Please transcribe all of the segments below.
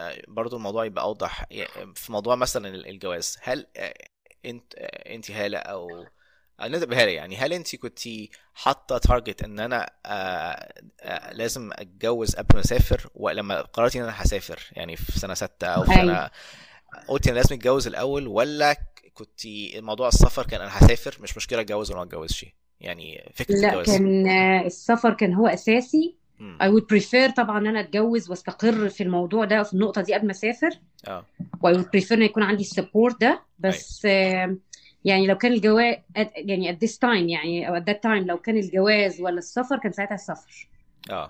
برضو الموضوع يبقى اوضح في موضوع مثلا الجواز. هل انت هالة او نبدأ بهالة، يعني هل انت كنت حاطه تارجت ان انا لازم اتجوز قبل ما اسافر، ولما قررتي ان انا هسافر يعني في سنة 6 او في ايوه. سنة قلت انا لازم اتجوز الاول، ولا كنت الموضوع السفر كان انا هسافر مش مشكلة اتجوز ولا ما اتجوزش؟ يعني فكرة لا، الجواز. كان السفر كان هو اساسي. امم. I would prefer طبعا ان انا اتجوز واستقر في الموضوع ده في النقطه دي قبل ما اسافر. اه. و I would prefer ان يكون عندي السبورت ده. ايوه. بس يعني لو كان الجواز يعني at this time، يعني او at that time لو كان الجواز ولا السفر، كان ساعتها السفر. اه.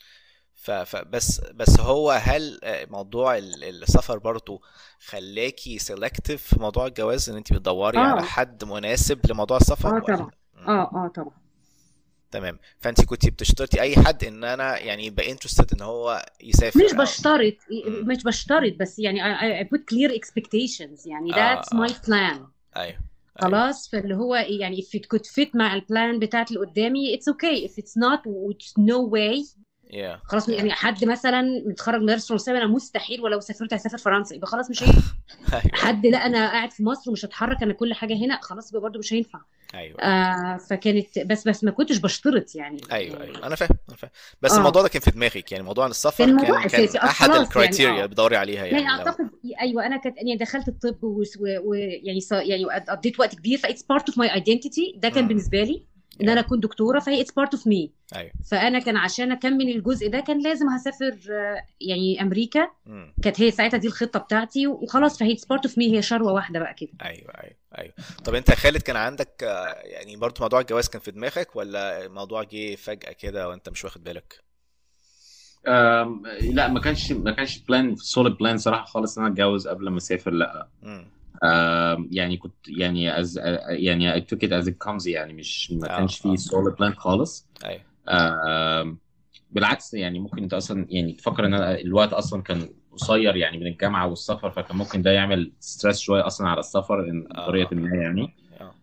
بس هو هل موضوع السفر برضو خلاكي سيلكتيف في موضوع الجواز، ان انت بتدوري على اه. حد مناسب لموضوع السفر اه ولا؟ طبعا. مم. اه طبعا. تمام. فانت كنت بتشترطي اي حد ان انا يعني يبقى انترستد ان هو مش يسافر او؟ بشترط. مم. مش بشترط، بس يعني I put clear expectations، يعني اه. that's my اه. plan. ايوه. ايوه. خلاص، فاللي هو إيه، يعني if it could fit مع البلان بتاعت اللي قدامي it's okay. if it's not, which no way. yeah. خلاص، yeah. يعني حد مثلا متخرج من مدرسة فرنسية، انا مستحيل ولو سافرت هسافر فرنسا، يبقى خلاص مش هينفع. ايوه. حد لا، انا قاعد في مصر ومش هتحرك، انا كل حاجة هنا، خلاص يبقى برضه مش هينفع. ايوه. ايوه. فكانت بس ما كنتش بشترط يعني. ايوه. ايوه. انا فاهم. انا فاهم. بس اه، الموضوع ده كان في دماغك، يعني موضوع عن السفر كان الموضوع كان اساسي احد خلاص يعني. الكرايتيريا اللي بتدوري عليها يعني يعني لو. اعتقد، ايوه، انا كانت يعني دخلت الطب ويعني يعني قضيت وقت كبير، فايتس بارت اوف ماي ايدنتيتي. ده كان امم. بالنسبه لي ان انا yeah. اكون دكتوره، فهي اتس بارت اوف مي. ايوه. فانا كان عشان اكمل الجزء ده كان لازم هسافر يعني امريكا. امم. كانت هي ساعتها دي الخطه بتاعتي، وخلاص، فهي اتس بارت اوف مي، هي شروه واحده بقى كده. ايوه. ايوه. ايوه. طب انت يا خالد كان عندك يعني برضو موضوع الجواز كان في دماغك، ولا الموضوع جه فجأة كده وانت مش واخد بالك؟ لا، ما كانش بلان سوليد بلان صراحه خالص ان انا اتجوز قبل ما اسافر، لا. امم. يعني كنت يعني يعني I took it as it comes، يعني مش ما اه. كانش فيه اه. solid plan خالص. ايوه. آم، بالعكس، يعني ممكن انت اصلا يعني تفكر ان أنا الوقت اصلا كان قصير يعني من الجامعه والسفر، فكان ممكن ده يعمل ستريس شويه اصلا على السفر اه. بطريقه ما يعني. اه.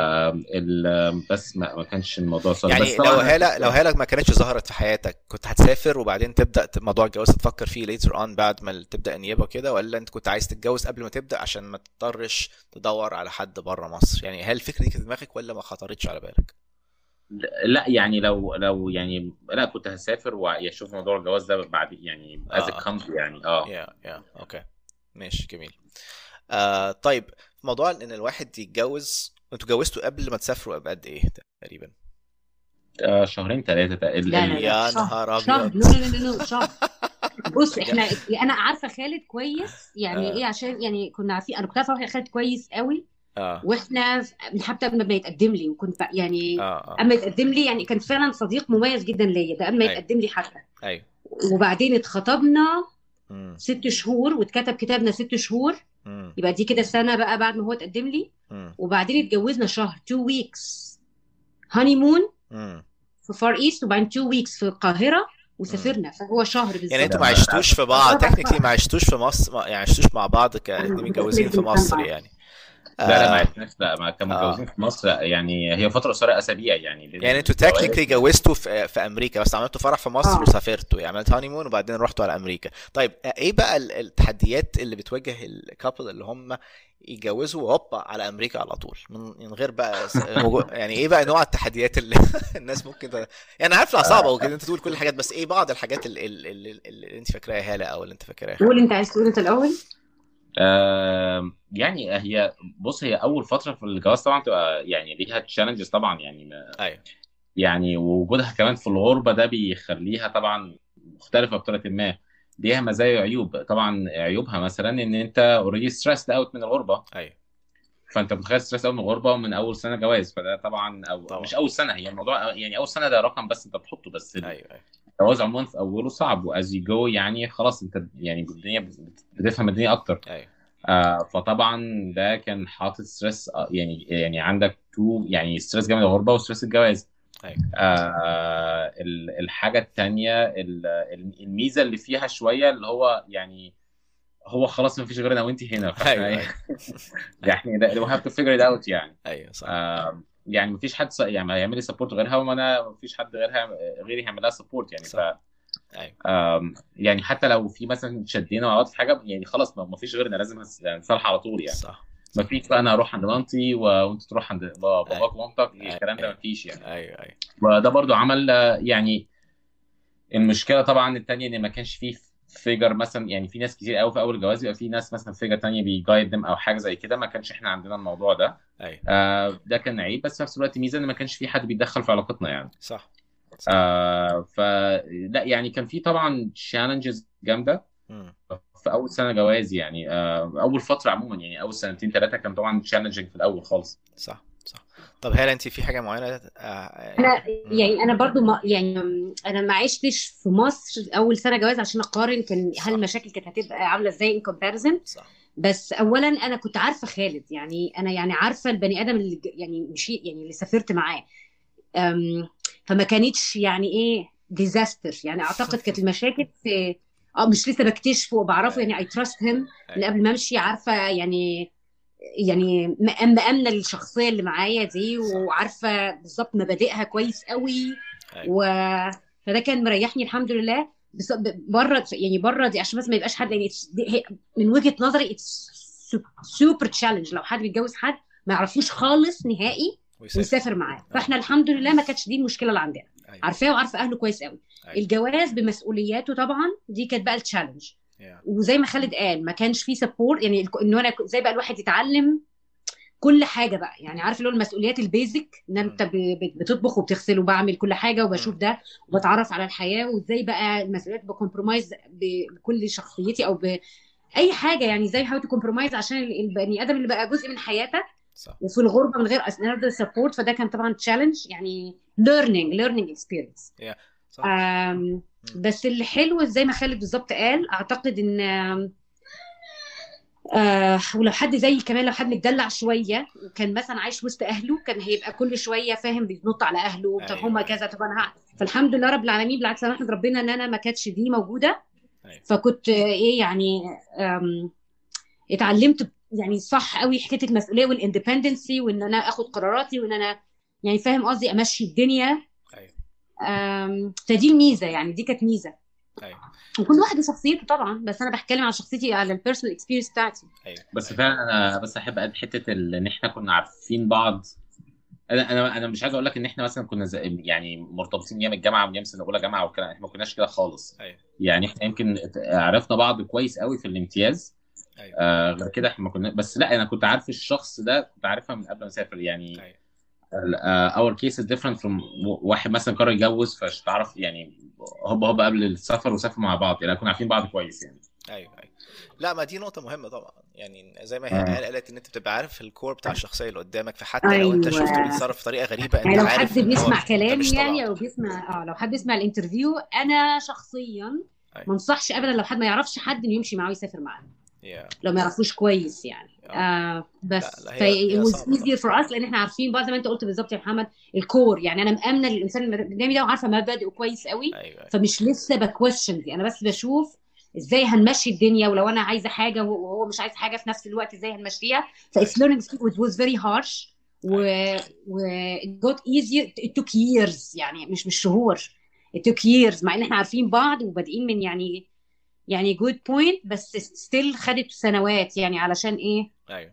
بس ما كانش الموضوع صعب، بس يعني لو طبعا. هالة ما كانتش ظهرت في حياتك، كنت هتسافر وبعدين تبدأ موضوع الجواز تفكر فيه later on بعد ما تبدأ النيابة كده، ولا انت كنت عايز تتجوز قبل ما تبدأ عشان ما تضطرش تدور على حد بره مصر؟ يعني هل الفكرة دي كانت في دماغك ولا ما خطرتش على بالك؟ لا، يعني لو يعني لا، كنت هسافر واشوف موضوع الجواز ده بعد يعني as it اه. comes يعني يا اوكي. ماشي جميل. طيب، موضوع ان الواحد يتجوز، انتوا اتجوزتوا قبل ما تسافروا بقد ايه تقريبا؟ شهرين ثلاثه لا لا لا، يا شهر نهار شهر، ابيض. نو نو نو نو، شهر. بص، بجد؟ احنا، انا عارفه خالد كويس يعني اه. ايه، عشان يعني كنا عارفين، انا كنت عارفه خالد كويس قوي. اه. واحنا حتى قبل ما يتقدم لي، وكنت يعني اه. اه. اما يتقدم لي، يعني كان فعلا صديق مميز جدا ليا، ده قبل ما ايوه. يتقدم لي حتى. ايوه. وبعدين اتخطبنا امم. 6 شهور، واتكتب كتابنا 6 شهور. امم. يبقى دي كده سنه بقى بعد ما هو اتقدم لي. امم. وبعدين اتجوزنا شهر، 2 ويكس هاني مون امم. في فار ايست، وبعدين 2 ويكس في القاهره، امم. وسافرنا، فهو شهر يعني انتوا بالظبط. ما عشتوش في بعض اربع تكنيكلي، ما شهور عشتوش في مصر، يعني عشتوش مع بعض كاتنين متجوزين في مصر يعني؟ لا، ما اه. عرفناش، لا، ما كانوا اه. متجوزين في مصر، لا، يعني هي فتره قصيره اسابيع يعني بين يعني انتوا الجواز. تكنيكلي جوزتوا في امريكا، بس عملتوا فرح في مصر اه. وسافرتوا، يعني عملت هاني مون وبعدين رحتوا على امريكا. طيب ايه بقى التحديات اللي بتواجه الكابل اللي هم يتجوزوا هوبا على امريكا على طول من غير بقى يعني ايه بقى نوع التحديات اللي الناس ممكن يعني انا عارف انها صعبه وكده انت تقول كل الحاجات، بس ايه بعض الحاجات اللي انت فاكراها هاله او اللي انت فاكراها؟ قول انت، عايز تقول انت الاول. يعني بص، هي اول فتره في الجواز طبعا تبقى يعني ليها تشالنجز طبعا، يعني ايوه. يعني وجودها كمان في الغربه ده بيخليها طبعا مختلفه بطريقه ما. ليها مزايا وعيوب طبعا. عيوبها مثلا ان انت اوريدي ستريسد اوت من الغربه. ايوه. فانت متخيل ستريس اوت من الغربه ومن اول سنه جواز، فده طبعا، او طبعا. مش اول سنه، هي الموضوع يعني اول سنه ده رقم بس انت بتحطه بس. ايوه. ايوه. الجواز عموما في اوله صعب، واز يو جو يعني خلاص انت يعني الدنيا بتفهم الدنيا اكتر. ايوه. فطبعا ده كان حاطط ستريس، يعني عندك تو، يعني ستريس جامد الغربه وستريس الجواز. ايوه. الحاجه التانيه، الميزه اللي فيها شويه اللي هو يعني هو خلاص ما فيش غيرنا وانت هنا، فاحنا ايوه. ايه. ايوه. ايوه. يعني ده we have to figure it out يعني. ايوه صح. يعني مفيش حد يعني هيعمل لي سبورت غيرها، وانا مفيش حد غيرها غيري هيعمل لها سبورت يعني. صح. ايوه يعني حتى لو في مثلا شدينا مع بعض في حاجه، يعني خلاص ما فيش غيرنا، لازم نصالح على طول يعني. صح ما صح فيش بقى انا اروح عند مامتي وانت تروح عند ايوه باباك ومامتك، الكلام ده ايوه ما فيش يعني. ايوه ايوه وده برضو عمل يعني المشكله طبعا التانيه ان ما كانش فيه فيجر مثلا، يعني في ناس كتير قوي في اول الجواز بيبقى في ناس مثلا فيجر تانية بيجايد دم او حاجه زي كده، ما كانش احنا عندنا الموضوع ده. ايوه ده كان عيب، بس في نفس الوقت ميزه ان ما كانش في حد بيتدخل في علاقتنا يعني. صح صح فلا يعني كان في طبعا تشالنجز جامده مم. في اول سنه جواز يعني. اول فتره عموما يعني اول سنتين ثلاثه كان طبعا تشالنجينج في الاول خالص. صح صح. طب هل انت في حاجه معينه انا مم. يعني انا برضو ما يعني انا ما عشتش في مصر اول سنه جواز عشان اقارن كان هل صح المشاكل كانت هتبقى عامله ازاي ان كومباريزن. صح بس اولا انا كنت عارفه خالد، يعني انا يعني عارفه البني ادم اللي يعني مش يعني اللي سافرت معاه. أم، فما كانتش يعني ايه ديزاستر، يعني اعتقد كانت المشاكل في مش لسه بكتشفه وبعرفه، يعني اي ايوه تراست هيم من ايوه قبل ما امشي، عارفه يعني مأمنة للشخصية اللي معايا دي، صح وعارفة بالظبط مبادئها كويس قوي. ايوه و فده كان مريحني الحمد لله. بس بره يعني بره دي عشان بس ما يبقاش حد يعني من وجهة نظري اتس سوبر تشالنج لو حد بيتجوز حد ما يعرفوش خالص نهائي ويسافر ويسافر معاه. اه فاحنا الحمد لله ما كانتش دي المشكلة اللي عندنا، ايوه عارفاه وعارفة اهله كويس قوي. ايوه الجواز بمسؤولياته طبعا دي كانت بقى التشالنج. yeah. وزي ما خالد قال ما كانش فيه سبورت، يعني انه انا زي بقى الواحد يتعلم كل حاجه بقى، يعني عارف اللي هو المسؤوليات البيزك ان مم. انت بتطبخ وبتغسل وبعمل كل حاجه وبشوف مم. ده وبتعرف على الحياه، وازاي بقى المسؤوليات بكمبرومايز بكل شخصيتي او باي حاجه، يعني ازاي حاولت كومبرومايز عشان البني ادم اللي بقى جزء من حياتك صح وفي الغربه من غير another سبورت. فده كان طبعا تشالنج، يعني learning experience. yeah. صح مم. بس اللي حلو زي ما خالد بالظبط قال، اعتقد ان ولو حد زي كمان لو حد متدلع شويه وكان مثلا عايش وسط اهله كان هيبقى كل شويه فاهم بينط على اهله، طب ايوه هم ايوه كذا طب انا فالحمد لله رب العالمين، بالعكس انا احمد ربنا ان انا ما كانتش دي موجوده. ايوه فكنت ايه يعني اتعلمت يعني صح قوي حكايه المسؤوليه والاندبندنسي، وان انا اخد قراراتي، وان انا يعني فاهم قصدي امشي الدنيا. ايوه فدي الميزه، يعني دي كانت ميزه. ايوه وكل واحد وشخصيته طبعا، بس انا بتكلم عن شخصيتي على البيرسونال اكسبيرينس بتاعتي. ايوه بس ايوه فعلا انا بس احب ادي حته ان احنا كنا عارفين بعض. انا مش عايز اقول لك ان احنا مثلا كنا يعني مرتبطين ايام الجامعه وايام سنه اولى جامعه والكلام، احنا ما كناش كده خالص. ايوه يعني احنا يمكن عرفنا بعض كويس قوي في الامتياز. ايوه غير كده احنا ما كنا، بس لا انا كنت عارف الشخص ده، كنت عارفها من قبل ما اسافر يعني. ايوه our case is different from واحد مثلا قرر يتجوز فمش تعرف يعني هوب قبل السفر وسافروا مع بعض، يعني كنا عارفين بعض كويس يعني. ايوه ايوه. لا ما دي نقطة مهمة طبعا، يعني زي ما هي آه. قالت ان انت بتبقى عارف الكور بتاع الشخصية اللي قدامك، فحتى لو انت شفته ايوه، بيتصرف بطريقة غريبة يعني انت لو حد عارف ان هو بيسمع ده مش كلامي يعني طبعه. او بيسمع لو حد بيسمع الانترفيو، انا شخصيا ايوه ما انصحش ابدا لو حد ما يعرفش حد انه يمشي معاه ويسافر معاه يا لو ما يعرفوش كويس يعني. اه لا بس لا it هي was صعبة easier طبعا. for us لان احنا عارفين بعض زي ما انت قلت بالظبط يا محمد. الكور يعني انا مأمنه للانسان اللي قدامي ده وعارفه مبادئه كويس قوي، ايوه ايوه فمش لسه بكويشن دي، انا بس بشوف ازاي هنمشي الدنيا، ولو انا عايزه حاجه وهو مش عايز حاجه في نفس الوقت ازاي هنمشيها. ف it's ايوه learning it was very harsh. و ايوه و it got easier, it took years يعني مش شهور. it took years مع ان احنا عارفين بعض وبادئين من يعني good point، بس still خدت سنوات يعني علشان ايه. ايوه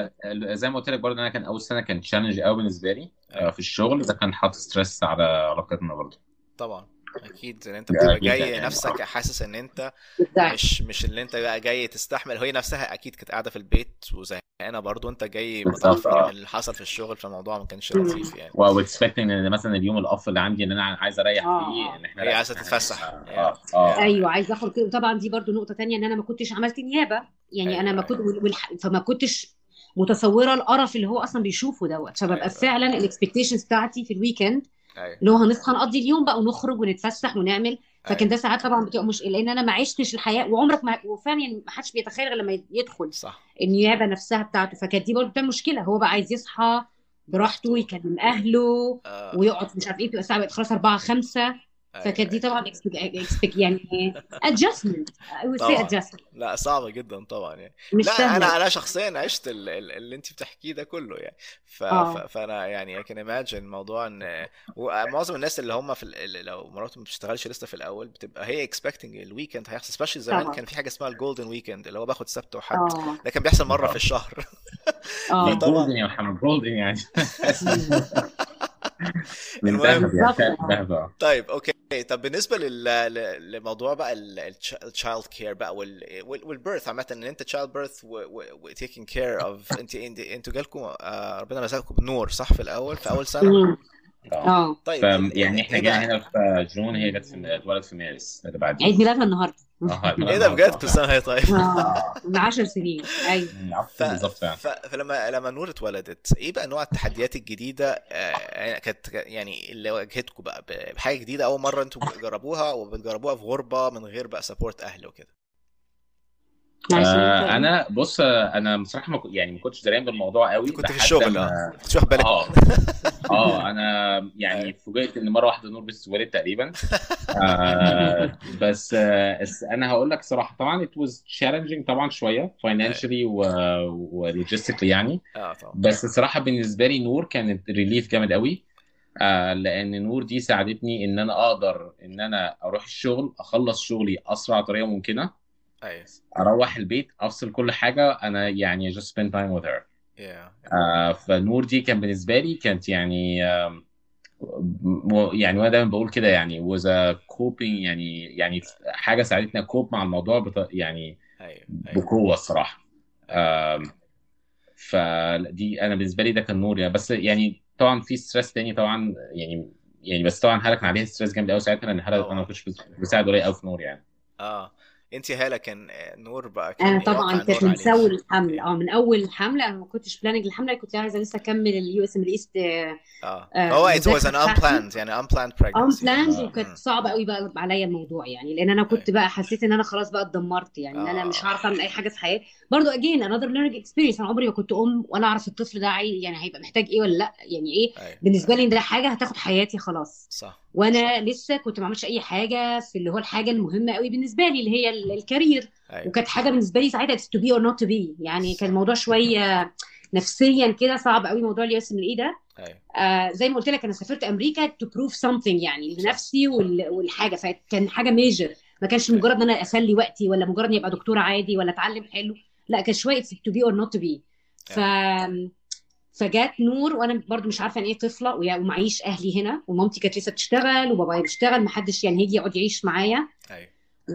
وزي ما قلت لك برضه انا كان اول سنه كان تشالنج قوي بالنسبه لي ايوه في الشغل، ده كان حاطط ستريس على علاقتنا برضه. طبعا اكيد ان انت بتبقى جدا جاي يعني. نفسك حاسس ان انت Exactly. مش اللي انت بقى جاي تستحمل، هي نفسها اكيد كانت قاعده في البيت وزهقانه برضو، انت جاي بالظبط متعفرت من اه. اللي حصل في الشغل، فالموضوع ما كانش مم. لطيف يعني. واكسبكتنج ان مثلا اليوم الاوف اللي عندي ان انا عايز اريح فيه، اه ان احنا هي لا عايزه احنا تتفسح اه. ايوه عايزه اخد كده. وطبعا دي برضو نقطه تانية ان انا ما كنتش عملت نيابه، يعني انا ايوه ما ايوه كنت فما كنتش متصوره القرف اللي هو اصلا بيشوفه دوت، فببقى ايوه فعلا الاكسبكتيشنز بتاعتي في الويكند ايوه اللي هو هنصحى نقضي اليوم بقى ونخرج ونتفسح ونعمل. فكان ايوه ده ساعات طبعا بتبقى مش لان انا ما عشتش الحياه، وعمرك ما وفعلا يعني ما حدش بيتخيل غير لما يدخل صح النيابه نفسها بتاعته. فكانت دي برضه بتبقى مشكله، هو بقى عايز يصحى براحته براحته ويكلم اهله اه ويقعد مش عارف ايه، بتبقى الساعه بقت خلاص 4 5. فكانت دي ايوه طبعا يعني adjustment. I would say طبعا. adjustment. لا صعبة جدا طبعا يعني. مش لا سهله. انا شخصيا عشت اللي انت بتحكيه ده كله يعني. اه فانا يعني I can imagine موضوع ان معظم الناس اللي هم في لو مراتهم ما بتشتغلش لسه في الاول بتبقى هي expecting الويكند هيحصل. especially زمان طبعا. كان في حاجة اسمها الجولدن ويكند اللي هو باخد سبت وحد. اه ده كان بيحصل مرة في الشهر. دي اه جولدن فطبعا يا محمد، جولدن يعني. مم. من المهم. ذهب بالظبط. يعني، ذهب. طيب اوكي. طب بالنسبه لموضوع بقى التشايلد كير بقى والبيرث عامه ان انت تشايلد بيرث وتيكينج كير اوف انتوا جالكم ربنا رزقكم بنور صح في الاول في اول سنه. مم. اه اه طيب يعني احنا ايه جينا بقى. هنا في جون، هي جت في اتولد في مارس اللي بعديه. عيد ميلادها النهارده. اه ايه ده النهارده بجد كل سنه هي طيب. اه من 10 سنين. ايوه. بالظبط فعلا. فلما نور اتولدت ايه بقى نوع التحديات الجديده كانت يعني اللي واجهتكم بقى بحاجه جديده اول مره انتوا جربوها وبتجربوها في غربه من غير بقى سبورت اهل وكده. عشان انت ايه. انا بص، انا بصراحه يعني ما كنتش دريان بالموضوع انت قوي كنت في لحد الشغل ما كنت واخد بالك. اه انا يعني فوجئت ان مره واحده نور بس اتولدت تقريبا. بس انا هقول لك صراحه، طبعا it was challenging طبعا شويه financially و logistically يعني. اه طبعا. بس الصراحه بالنسبه لي نور كانت ريليف جامد قوي. لان نور دي ساعدتني ان انا اقدر ان انا اروح الشغل، اخلص شغلي اسرع طريقه ممكنه، ايوه اروح البيت افصل كل حاجه، انا يعني just spend time with her. yeah. فنور دي كان بالنسبه لي كانت يعني يعني وانا دايما بقول كده يعني was a coping، يعني حاجه ساعدتني اكوب مع الموضوع يعني ايوه ايوه بقوه الصراحه. ايوه فدي انا بالنسبه لي ده كان نور يعني. بس يعني طبعا في ستريس تاني طبعا يعني بس طبعا هاله كان عليها ستريس جامد قوي ساعتها، لان هاله انا ما طبعا. كنتش بساعد قليل قوي في نور يعني. اه انت هالة كان نور بقى كان انا ايه طبعا واقع كانت نور من عليكي اول الحمل، ايه. من اول الحمله انا ما كنتش بلاننج الحمله، كنت عايزه لسه اكمل اليو اس ام ايست فهو it was المذاكره an بتاعتي unplanned يعني unplanned pregnancy يعني. بلاند. وكانت صعبه قوي بقى عليا الموضوع يعني، لان انا ايوه كنت بقى حسيت ان انا خلاص بقى اتدمرت يعني، ان انا مش اه هعرف اعمل اي حاجه في حياتي برضو. اجين another learning experience. انا عمري ما كنت ولا اعرف الطفل ده يعني هيبقى محتاج ايه ولا لا يعني ايه. ايوه بالنسبه لي ده حاجه هتاخد حياتي خلاص، صح وانا لسه كنت ما عملتش اي حاجه في اللي هو الحاجه المهمه قوي بالنسبه لي اللي هي الكارير. ايوه وكانت حاجه بالنسبه لي ساعتها to be or not to be يعني. كان صح الموضوع شويه نفسيا كده صعب قوي موضوع اليو اس ام الاي ده. ايوه زي ما قلت لك انا سافرت امريكا to prove something يعني صح لنفسي والحاجه، فكان حاجه ميجر. ما كانش ايوه مجرد ان انا اسلي وقتي ولا مجرد اني ابقى دكتوره عادي ولا اتعلم حلو. لا كان شويه to be or not to be. ف ايوه فجات نور وانا برضو مش عارفه ان ايه طفله ومعيش اهلي هنا، ومامتي كانت لسه بتشتغل وبابايا بيشتغل، ما حدش يعني هيجي يقعد يعيش معايا. ايوه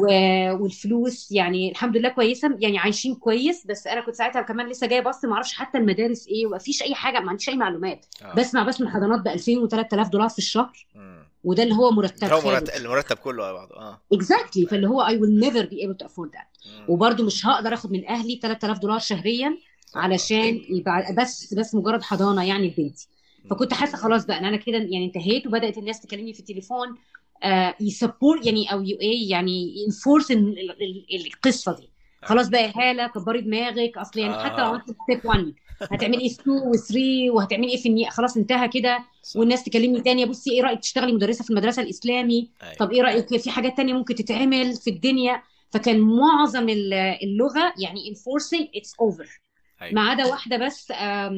والفلوس يعني الحمد لله كويسه يعني عايشين كويس. بس انا كنت ساعتها كمان لسه جايه بص ما اعرفش حتى المدارس ايه، وما فيش اي حاجه، ما عنديش اي معلومات. بسمع بس من حضانات ب 2000 و 3000 دولار في الشهر، وده اللي هو مرتب هو ثابت المرتب كله على بعضه exactly. فاللي ايوه هو I will never be able to afford that. وبرده مش هقدر اخد من اهلي 3000 دولار شهريا صح علشان يبقى بس مجرد حضانه يعني لبنتي. فكنت حاسه خلاص بقى ان انا كده يعني انتهيت. وبدات الناس تكلمني في التليفون يسبورت يعني او ايه يعني انفورس القصه دي. خلاص بقى يا هاله كبري دماغك، اصل يعني حتى لو عملت ستيب 1 هتعملي ايه في 2 و3 وهتعملي ايه في خلاص انتهى كده. والناس تكلمني تانية بصي ايه رايك تشتغلي مدرسه في المدرسه الاسلامي؟ طب ايه رايك في حاجات تانية ممكن تتعمل في الدنيا؟ فكان معظم اللغه يعني enforcing it's over ما عدا واحده بس.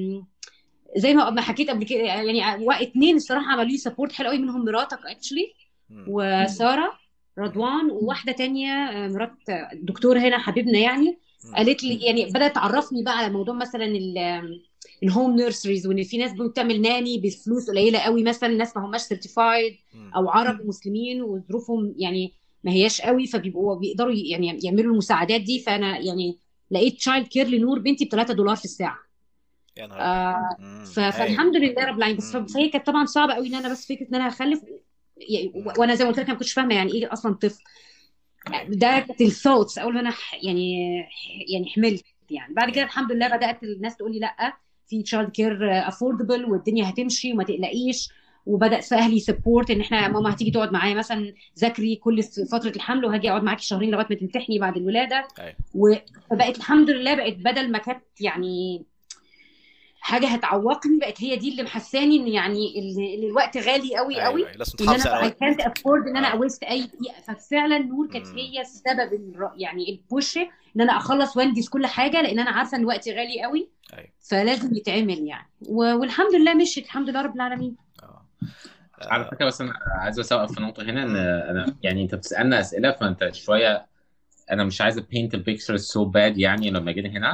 زي ما حكيت قبل كده يعني 2 الصراحه عملوا لي سبورت حلو قوي، منهم مراتك اكشلي وساره رضوان، وواحده تانية مرات دكتور هنا حبيبنا يعني. قالت لي يعني بدات تعرفني بقى على موضوع مثلا الهوم نيرسريز، وان في ناس بتعمل ناني بفلوس قليله قوي، مثلا ناس ما هماش سيرتيفايد او عرب ومسلمين وظروفهم يعني ما هياش قوي، بيقدروا يعني يعملوا المساعدات دي. فانا يعني لقيت تشايلد كير لنور بنتي ب 3 دولار في الساعه. يا نهار فالحمد لله رب العالمين. بس فهي كانت طبعا صعبه قوي ان انا بس فكره ان انا هخلف وانا زي ما قلت لك ما كنتش فاهمه يعني ايه اصلا طفل. ده كانت الثوتس اول ما انا يعني حملت يعني. بعد كده الحمد لله بدات الناس تقول لي لا في تشايلد كير افوردبل والدنيا هتمشي وما تقلقيش. وبدا اهلي سبورت ان احنا ماما هتيجي تقعد معايا مثلا ذاكري كل فتره الحمل، وهاجي اقعد معاكي شهرين لغايه ما تمتحني بعد الولاده. فبقت الحمد لله بقت بدل ما كانت يعني حاجه هتعوقني، بقت هي دي اللي محساني ان يعني اللي الوقت غالي قوي قوي، ايوه لازم وان تحافظ انا على اي كانت وقتك. افورد ان انا اه اويست اي دقيقه. ففعلا نور كانت امم هي السبب يعني البوش ان انا اخلص وانجز كل حاجه، لان انا عارفه ان وقتي غالي قوي، ايوه فلازم يتعمل يعني. والحمد لله مشيت، الحمد لله رب العالمين. اه على فكره، بس انا عايز اوقف في نقطه هنا، ان امم انا يعني انت بتسالنا اسئله، فانت شويه انا مش عايز paint the picture so bad يعني لما جينا هنا.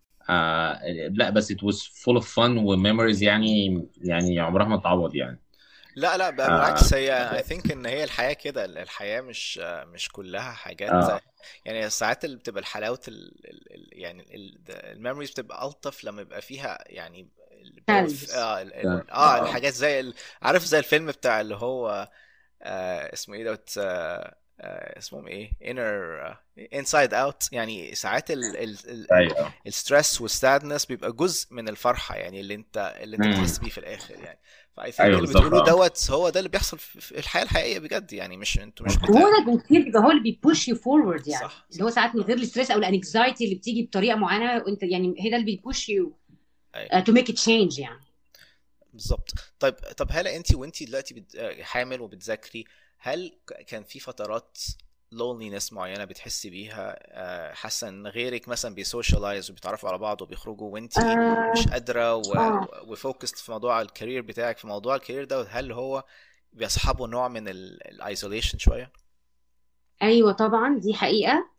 لا بس it was full of fun و memories يعني عمرها ما تعوض يعني. لا لا بقى آه بالعكس، هي I think ان هي الحياة كده، الحياة مش كلها حاجات. آه يعني ساعات اللي بتبقى الحلاوة يعني الميموريز بتبقى ألطف لما يبقى فيها يعني challenges. الحاجات زي عارف زي الفيلم بتاع اللي هو اسمه ايه دوت اسمهم ايه inner inside out. يعني ساعات ايوه. الستريس والسادنس بيبقى جزء من الفرحة، يعني اللي انت مم. بتحس بيه في الاخر يعني. فاي ثينك ايوه اللي بالظبط. بتقولوه دوت هو ده اللي بيحصل في الحياة الحقيقية بجد، يعني مش انتوا مش هو ده كتير بيبقى هو اللي بيبوش يو فورورد يعني، صح اللي هو صح ساعات من غير الاستريس او الانكزايتي اللي بتيجي بطريقه معينه، وانت يعني هي ده اللي بيبوش يو اي تو ميك ات تشينج يعني. بالظبط. طب هلا انت وانت دلوقتي حامل وبتذاكري، هل كان في فترات loneliness معينة بتحسي بيها؟ حاسة ان غيرك مثلا بيسوشيالايز وبيتعرفوا على بعض وبيخرجوا وانتي اه مش قادرة اه وفوكست في موضوع الكارير بتاعك، في موضوع الكارير ده هل هو بيصحبه نوع من الايزوليشن شوية؟ ايوه طبعا دي حقيقه.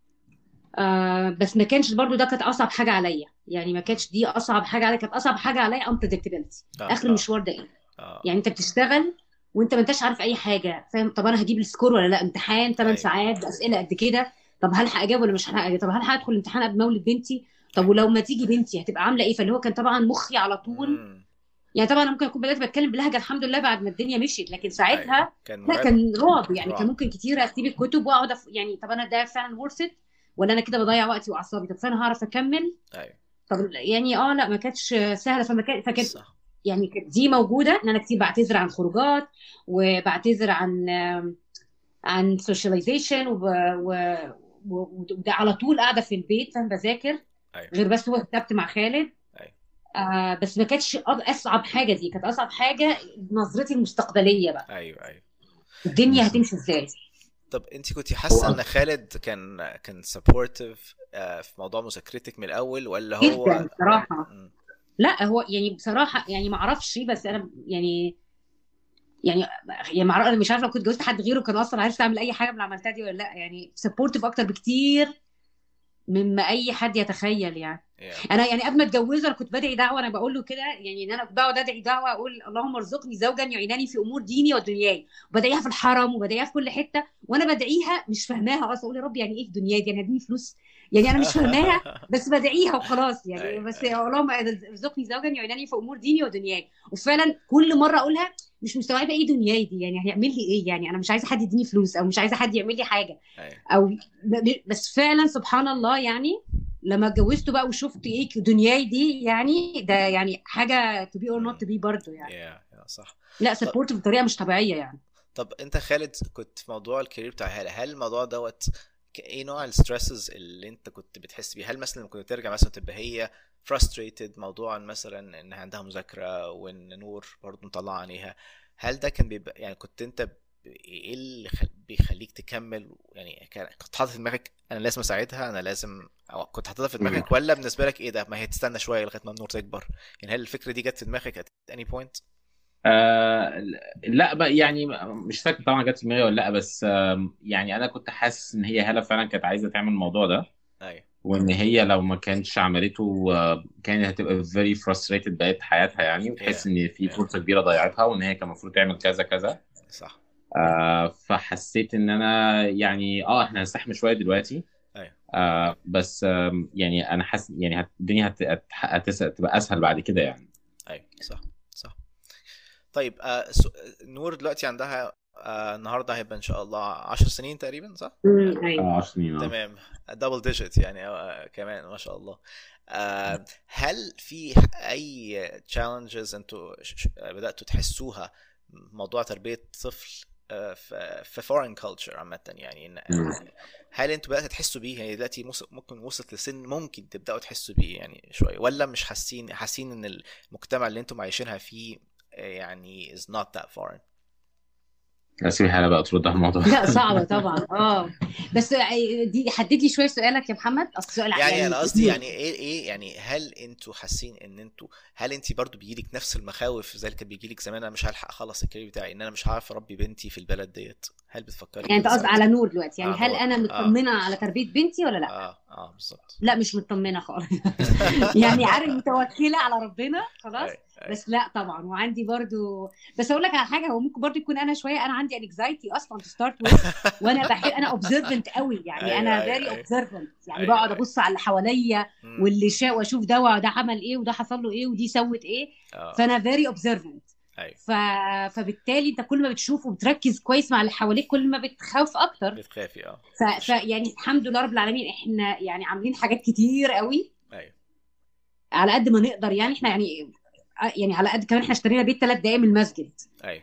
بس ما كانش برضو ده كانت اصعب حاجه عليا يعني، ما مم. كانتش دي اصعب حاجه عليا، كانت اصعب حاجه عليا unpredictability. اه اخر اه المشوار ده ايه؟ اه يعني انت بتشتغل وانت ما انتش عارف اي حاجه، فاهم؟ طب انا هجيب السكور ولا لا؟ امتحان 8 ايوه ساعات باسئله قد كده، طب هلحق اجاوب ولا مش هلحق اجاوب؟ طب هلحق ادخل الامتحان قبل مولد بنتي؟ طب ايوه ولو ما تيجي بنتي هتبقى عامله ايه؟ فاللي هو كان طبعا مخي على طول امم يعني. طبعا انا ممكن اكون بدات بتكلم بلهجه الحمد لله بعد ما الدنيا مشيت، لكن ايوه ساعتها كان لا، مرعبة. كان رعب يعني. كان رعب. ممكن كتير اسيب الكتب واقعد يعني طب انا ده فعلا ورث ات، ولا انا كده بضيع وقتي واعصابي؟ طب فانا هعرف اكمل؟ ايوه طب يعني لا ما كانتش سهله. فكانت صح يعني كانت دي موجوده، ان انا كتير بعتذر عن خروجات، وبعتذر عن سوشياليزيشن، وده على طول قاعده في البيت فاهم بذاكر. ايوه غير بس هو كتبت مع خالد. ايوه بس ما كانتش اصعب حاجه، دي كانت اصعب حاجه نظرتي المستقبليه بقى، ايوه ايوه. الدنيا هتمشي ازاي. طب انت كنتي هو حاسه ان خالد كان سبورتيف في موضوع مذاكرتك من الاول ولا جدا هو بصراحه. مم. لا هو يعني بصراحه يعني ما اعرفش، بس انا يعني يعني انا مش عارفه لو كنت جوزت حد غيره كان اصلا عارف تعمل اي حاجه من اللي عملتها دي ولا لا. يعني سبورتيف اكتر بكتير مما اي حد يتخيل يعني. yeah. انا يعني قبل ما اتجوزه انا كنت بدعي دعوه، انا بقول له كده يعني، ان انا كنت بقعد ادعي دعوه اقول اللهم ارزقني زوجا يعينني في امور ديني ودنياي، وبدعيها في الحرم وبدعيها في كل حته، وانا بدعيها مش فاهماها اصلا. اقول يا رب يعني ايه في دنياي دي؟ يعني هديني فلوس؟ يعني انا مش فاهماها بس بدعيها وخلاص يعني. ايوه بس ايوه اللهم ارزقني زوجا يعينني في امور ديني ودنياي. وفعلا كل مره اقولها مش مستوعبه ايه دنياي دي، يعني هيعمل لي ايه؟ يعني انا مش عايزه حد يديني فلوس، او مش عايزه حد يعمل لي حاجه، ايوه او بس فعلا سبحان الله يعني. لما اتجوزته بقى وشفت ايه دنياي دي، يعني ده يعني حاجه to be or not مم. to be برضه يعني. yeah. صح. لا طب سبورت بطريقه مش طبيعيه يعني. طب انت خالد كنت في موضوع الكارير بتاع هل الموضوع دوت ايه نوع الستريسز اللي انت كنت بتحس بيه؟ هل مثلا لما كنت ترجع مثلا تبقى هي frustrated موضوعا مثلا ان عندها مذاكرة وان نور برضه مطلعة عليها، هل ده كان بيبقى يعني كنت انت ايه اللي بيخليك تكمل؟ يعني كنت حاطط في دماغك انا لازم اساعدها، انا لازم، او كنت حاططها في مم. دماغك ولا بالنسبة لك ايه ده ما هي تستنى شوية لغاية ما النور تكبر؟ يعني هل الفكرة دي جت في دماغك at any point؟ آه لا بقى يعني مش فاكر طبعا جت في دماغي ولا لا، بس يعني انا كنت حاسس ان هي هالة فعلا كانت عايزه تعمل الموضوع ده، ايوه وان هي لو ما كانتش عملته كانت هتبقى very frustrated بقية حياتها يعني، yeah وتحس ان في yeah فرصه كبيره ضيعتها، وان هي كان المفروض تعمل كذا كذا. صح فحسيت ان انا يعني احنا هنستحمل شويه دلوقتي. ايوه بس يعني انا حاسس يعني الدنيا هتبقى اسهل بعد كده يعني. ايوه صح صح. طيب نور دلوقتي عندها النهارده هيبقى ان شاء الله 10 سنين تقريبا صح؟ ايوه 10 سنين تمام. دبل ديجيت يعني كمان ما شاء الله. هل في اي challenges انتوا بدأتوا تحسوها موضوع تربية طفل في foreign culture عامة، يعني هل انتوا بدأتوا تحسوا بيه؟ يعني دلوقتي ممكن وصلت لسن ممكن تبدأوا تحسوا بيه يعني شوية، ولا مش حاسين ان المجتمع اللي انتوا عايشينها فيه يعني is not that foreign؟ اسمح انا بقى ترد على الموضوع. لا صعبة طبعا. بس دي حدد لي شوية سؤالك يا محمد، اصل سؤال يعني انا قصدي كبير. يعني ايه يعني هل انتوا حاسين ان انتوا، هل انت برضو بيجيلك نفس المخاوف زي اللي كان بيجيلك زمان، انا مش هلحق اخلص الكارير بتاعي، ان انا مش عارف اربي بنتي في البلد ديت؟ هل بتفكري يعني انت كده قصدك ساعات؟ على نور دلوقتي، يعني هل نور. انا مطمنة على تربية بنتي ولا لا؟ بالظبط. لا مش مطمنة خالص. يعني عارف متوكلة على ربنا خلاص. اي بس لا طبعا، وعندي برضو، بس اقول لك على حاجة، هو ممكن برضو يكون انا شوية، انا عندي انكزايتي اصلا تو ستارت ويز، وانا بحب، انا اوبزرفنت قوي، يعني ايوه انا ايوه فيري ايوه اوبزرفنت، يعني ايوه بقعد ايوه. ابص على اللي حواليا مم. واللي واشوف ده عمل ايه وده حصل له ايه ودي سوت ايه. اه فانا فيري اوبزرفنت. ايوه. ف... فبالتالي انت كل ما بتشوف وبتركز كويس مع اللي حواليك كل ما بتخاف اكتر. بتخافي يعني الحمد لله رب العالمين احنا يعني عاملين حاجات كتير قوي ايوه على قد ما نقدر، يعني احنا يعني على قد كمان احنا اشترينا بيت 3 دقايق من المسجد. ايوه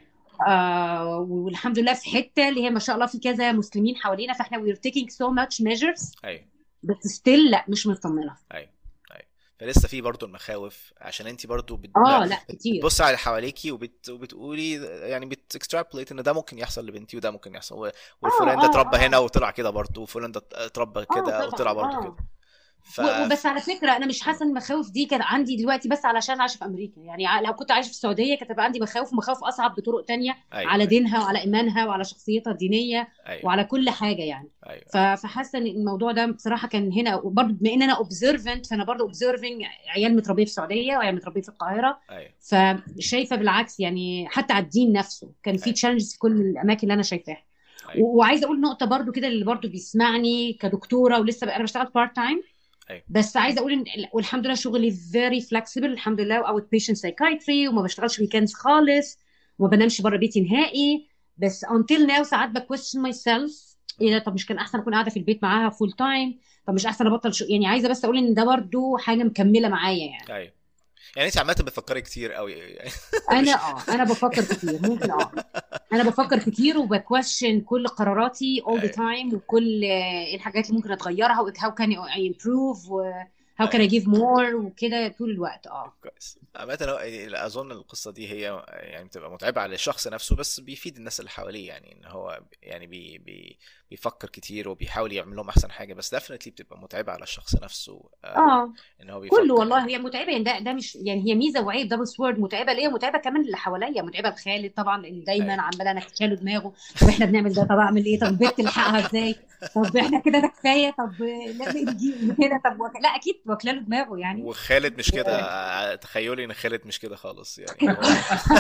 والحمد لله في حته اللي هي ما شاء الله في كذا مسلمين حوالينا، فاحنا we're taking so much measures. ايوه بس ستيل لا مش مطمنه. ايوه ايوه. فلسه في برضو المخاوف، عشان انت برضو لا كتير. بتبص على حواليكي وبتقولي يعني بتكسترابليت ان ده ممكن يحصل لبنتي وده ممكن يحصل، والفلان ده اتربى هنا وطلع كده برضو، وفلان ده اتربى كده وطلع برضو كده. وبس على فكره انا مش حاسه ان المخاوف دي كانت عندي دلوقتي بس علشان عايشه في امريكا، يعني لو كنت عايشه في السعوديه كانت هيبقى عندي مخاوف اصعب بطرق تانية، ايوه على ايوه دينها وعلى ايمانها وعلى شخصيتها الدينيه ايوه وعلى كل حاجه يعني. ايوه فحاسه ان الموضوع ده بصراحه كان هنا برضه، بما ان انا اوبزرفنت فانا برضه اوبزرفنج عيال متربيه في السعوديه وعيال متربيه في القاهره. ايوه فشايفه بالعكس، يعني حتى على الدين نفسه كان في ايوه تشالنجز في كل الاماكن اللي انا شايفاها. ايوه وعايزه اقول نقطه برضه كده اللي برضه بيسمعني كدكتوره ولسه انا بشتغل بارت تايم. ايوه بس عايزه اقول ان والحمد لله شغلي فيري فلكسبل الحمد لله، واوت بيشنت سايكايتري، وما بشتغلش ويكندز خالص، وما بنامش بره بيتي نهائي. بس until now ساعات بكويستشن ماي سيلف، ايه ده، طب مش كان احسن اكون قاعده في البيت معاها فول تايم؟ طب مش احسن ابطل يعني عايزه بس اقول ان ده برضو حاجه مكمله معايا يعني. ايوه. يعني انت عامه بتفكري كتير قوي يعني انا مش انا بفكر كتير، ممكن انا بفكر كتير وبكويشن كل قراراتي all the ايوه time، وكل ايه الحاجات اللي ممكن اتغيرها و how can I improve و how can ايوه. I give more وكده طول الوقت. كويس. عامة أظن القصة دي هي يعني بتبقى متعبة على الشخص نفسه، بس بيفيد الناس اللي حواليه، يعني إن هو يعني بيفكر كتير وبيحاول يعمل لهم أحسن حاجة، بس definitely بتبقى متعبة على الشخص نفسه. اه إن هو كله بيفكر والله يعني. هي متعبه، يعني ده مش يعني هي ميزه وعيب دبل سوورد، متعبه ليا ومتعبه كمان اللي حواليا، متعبه لخالد طبعا لان دايما أيوه عماله انا له دماغه، طب احنا بنعمل ده، طب اعمل ايه، طب البيت تلحقها ازاي، طب احنا كده ده كفايه، طب لازم نجيب كده، طب لا اكيد واكله له دماغه يعني. وخالد مش كده، تخيلي إن خالد مش كده خالص يعني هو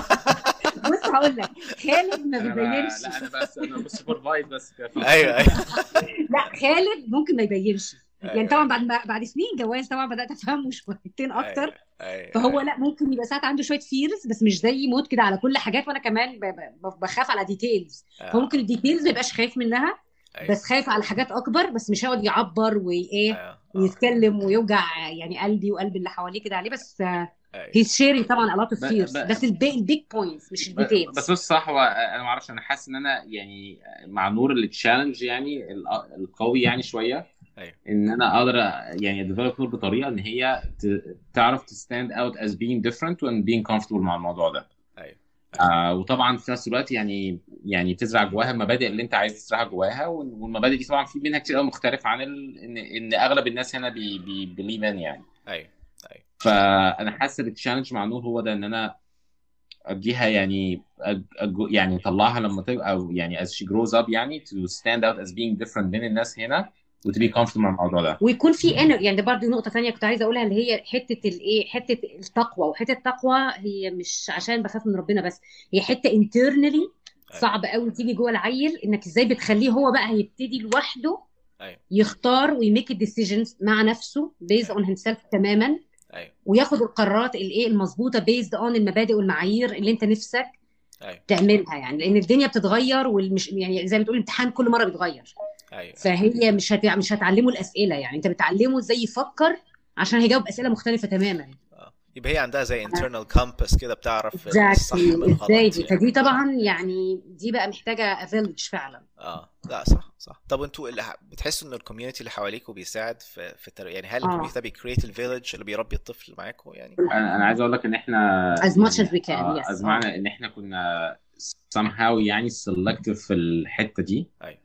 بص هقول لك، خالد ما بيبينش. لا انا بسوبرفايز بس كده أيوه أيوه لا خالد ممكن ما يبينش، يعني طبعا أيوه بعد سنين جواز طبعا بدات افهمه شويتين أيوه اكتر. أيوه فهو أيوه لا ممكن يبقى ساعات عنده شويه فيرز بس مش زي موت كده على كل حاجات، وانا كمان بخاف على ديتيلز. فممكن الديتيلز ما يبقاش خايف منها، أيوه بس خايف على حاجات اكبر، بس مش هيقعد يعبر وايه أيوه ويتكلم ويوجع يعني قلبي وقلب اللي حواليه كده عليه. بس أيوه هيز شيرنج طبعا a lot of fears، بس البيج بوينتس مش بس الديتيلز. بص صح، هو انا ما اعرفش، انا حاسس ان انا يعني مع نور التشالنج يعني القوي يعني شويه، أيوه ان انا اقدر يعني اديفلوب نور بطريقه ان هي تعرف تستاند اوت از being different and being comfortable مع الموضوع ده. أيوه أيوه وطبعا في نفس الوقت يعني تزرع جواها المبادئ اللي انت عايز تزرعها جواها، والمبادئ دي طبعا في منها كتير قوي مختلف عن ان اغلب الناس هنا بيليف ان يعني. أيوه أيوه. فانا حاسس التشالنج مع نور هو ده، ان انا اديها يعني يعني اطلعها لما تبقى، او يعني as she grows up يعني to stand out as being different بين الناس هنا وتبي أيوه comfortable مع الموضوع ده. ويكون في يعني ده برضه نقطة تانية كنت عايزة أقولها، اللي هي حتة الإيه، حتة التقوى. وحتة التقوى هي مش عشان بخاف من ربنا بس، هي حتة internally أيوه صعب قوي تيجي جوه العيل، إنك إزاي بتخليه هو بقى هيبتدي لوحده أيوه يختار ويميك الديسيجنز مع نفسه based on himself تماما، أيوه وياخد القرارات الإيه المظبوطة based on المبادئ والمعايير اللي أنت نفسك أيوه تعملها، يعني لأن الدنيا بتتغير، والمش يعني زي ما تقول امتحان كل مرة بيتغير. أيوه فهي مش هتعلمه الاسئله، يعني انت بتعلمه ازاي يفكر عشان هيجاوب اسئله مختلفه تماما. يبقى هي عندها زي internal compass كده، بتعرف الصح exactly من الغلط ازاي دي، يعني. فدي طبعا يعني دي بقى محتاجه فيلج فعلا. لا صح صح. طب انتوا اللي بتحسوا ان الكوميونتي اللي حواليكوا بيساعد في يعني هل الكوميونتي ده بيكريت الفيلج اللي بيربي الطفل معاكوا يعني؟ انا عايز اقول لك ان احنا as much يعني as we can yes ازمعنا ان احنا كنا somehow يعني selective في الحته دي. ايوه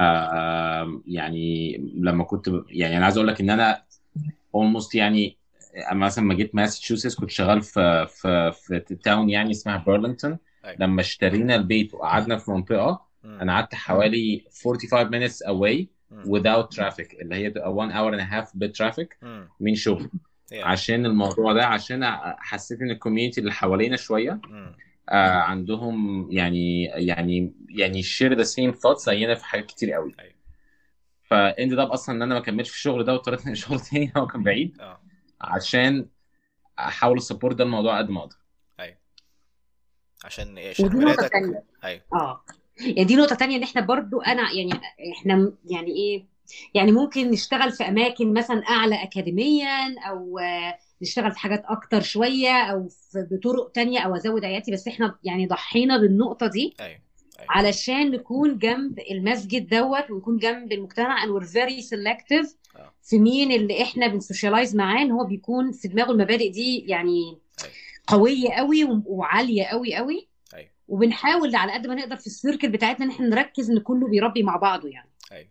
يعني لما كنت يعني انا عايز اقول لك ان انا almost يعني مثلا ما جيت ماساتشوستس كنت شغال في تاون يعني اسمها بيرلينغتون. ايوه لما اشترينا البيت وقعدنا في منطقه، انا قعدت حوالي 45 minutes away without traffic، اللي هي 1 hour and a half بالtraffic من شغل. عشان الموضوع ده، عشان حسيت ان الكوميونتي اللي حوالينا شويه عندهم يعني share the same thoughts زينا في حاجات كتير قوي. فاند ده اصلا ان انا ما كملتش في الشغل ده واضطريت انقل شغل تاني هو كان بعيد عشان احاول السبورت ده الموضوع قد ما اقدر. ايوه عشان ايه؟ ودي نقطه ولادك. ثانيه. ايوه يعني دي نقطه ثانيه ان احنا برضو انا يعني احنا يعني ايه، يعني ممكن نشتغل في اماكن مثلا اعلى اكاديميا، او نشتغل في حاجات اكتر شويه، او بطرق تانية، او ازود عيادتي، بس احنا يعني ضحينا بالنقطه دي علشان نكون جنب المسجد دوت، ونكون جنب المجتمع. and we're very selective في مين اللي احنا بنسوشيالايز معاه، ان هو بيكون في دماغه المبادئ دي يعني قويه قوي وعاليه قوي قوي. وبنحاول على قد ما نقدر في السيركل بتاعتنا ان احنا نركز ان كله بيربي مع بعضه يعني.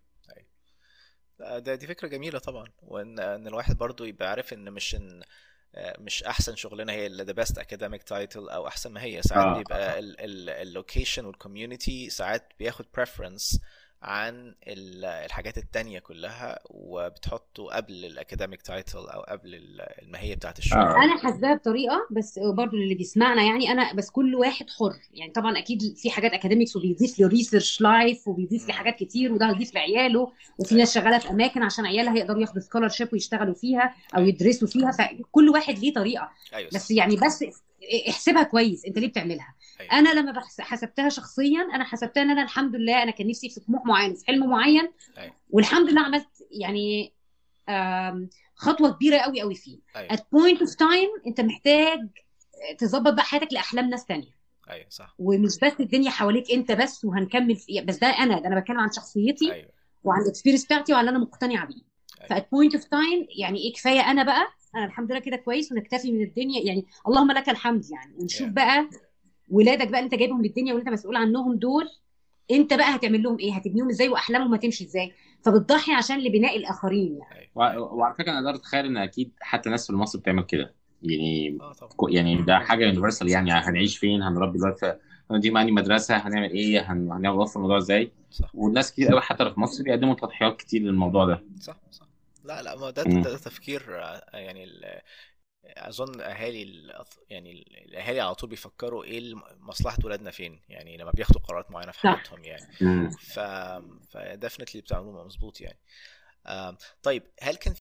دي فكرة جميلة طبعا، وان الواحد برضو يبقى عارف ان مش احسن شغلانه هي اللي the best academic title او احسن ما هي. ساعات بيبقى اللوكيشن والكوميونتي ساعات بياخد preference عن الحاجات التانية كلها، وبتحطه قبل الاكاديميك تايتل او قبل الماهيه بتاعت الشغل. انا حاسباها بطريقه، بس برضو اللي بيسمعنا يعني انا بس كل واحد حر يعني. طبعا اكيد في حاجات اكاديميكس وبيضيف له ريسيرش لايف وبيضيف لي حاجات كتير، وده هيضيف لعياله، وفي ناس شغاله في اماكن عشان عيالها يقدروا ياخدوا سكولرشيب ويشتغلوا فيها او يدرسوا فيها، فكل واحد ليه طريقه. بس يعني بس احسبها كويس انت ليه بتعملها. انا لما حسبتها شخصيا، انا حسبتها ان انا الحمد لله انا كان نفسي في طموح معين في حلم معين، والحمد لله عملت يعني خطوه كبيره قوي قوي فيه. at point of time انت محتاج تظبط بقى حياتك لاحلام ناس تانية. صح. ومش بس الدنيا حواليك انت بس وهنكمل في، بس ده انا بتكلم عن شخصيتي وعن الاكسبيرينس بتاعتي وعن اللي انا مقتنعه بيه. فات بوينت اوف تايم يعني ايه، كفايه انا بقى، انا الحمد لله كده كويس ونكتفي من الدنيا يعني، اللهم لك الحمد يعني. ونشوف بقى ولادك بقى اللي انت جايبهم للدنيا واللي انت مسؤول عنهم دول، انت بقى هتعمل لهم ايه، هتبنيهم ازاي، واحلامهم هتمشي ازاي. فبتضحي عشان لبناء الاخرين يعني. وعلى فكره انا اقدر اتخيل ان اكيد حتى ناس في مصر بتعمل كده يعني. يعني ده حاجه يونيفرسال يعني. هنعيش فين، هنربي دلوقتي دي معني مدرسه، هنعمل ايه، هنوفر الموضوع ازاي. والناس كتير قوي حتى في مصر بيقدموا تضحيات كتير للموضوع ده. صح. لا ما ده تفكير يعني اظن يعني الاهالي على طول بيفكروا ايه مصلحه ولادنا فين يعني لما بياخدوا قرارات معينه في حياتهم يعني. فدفنتلي بتعملوه مظبوط يعني. طيب هل كان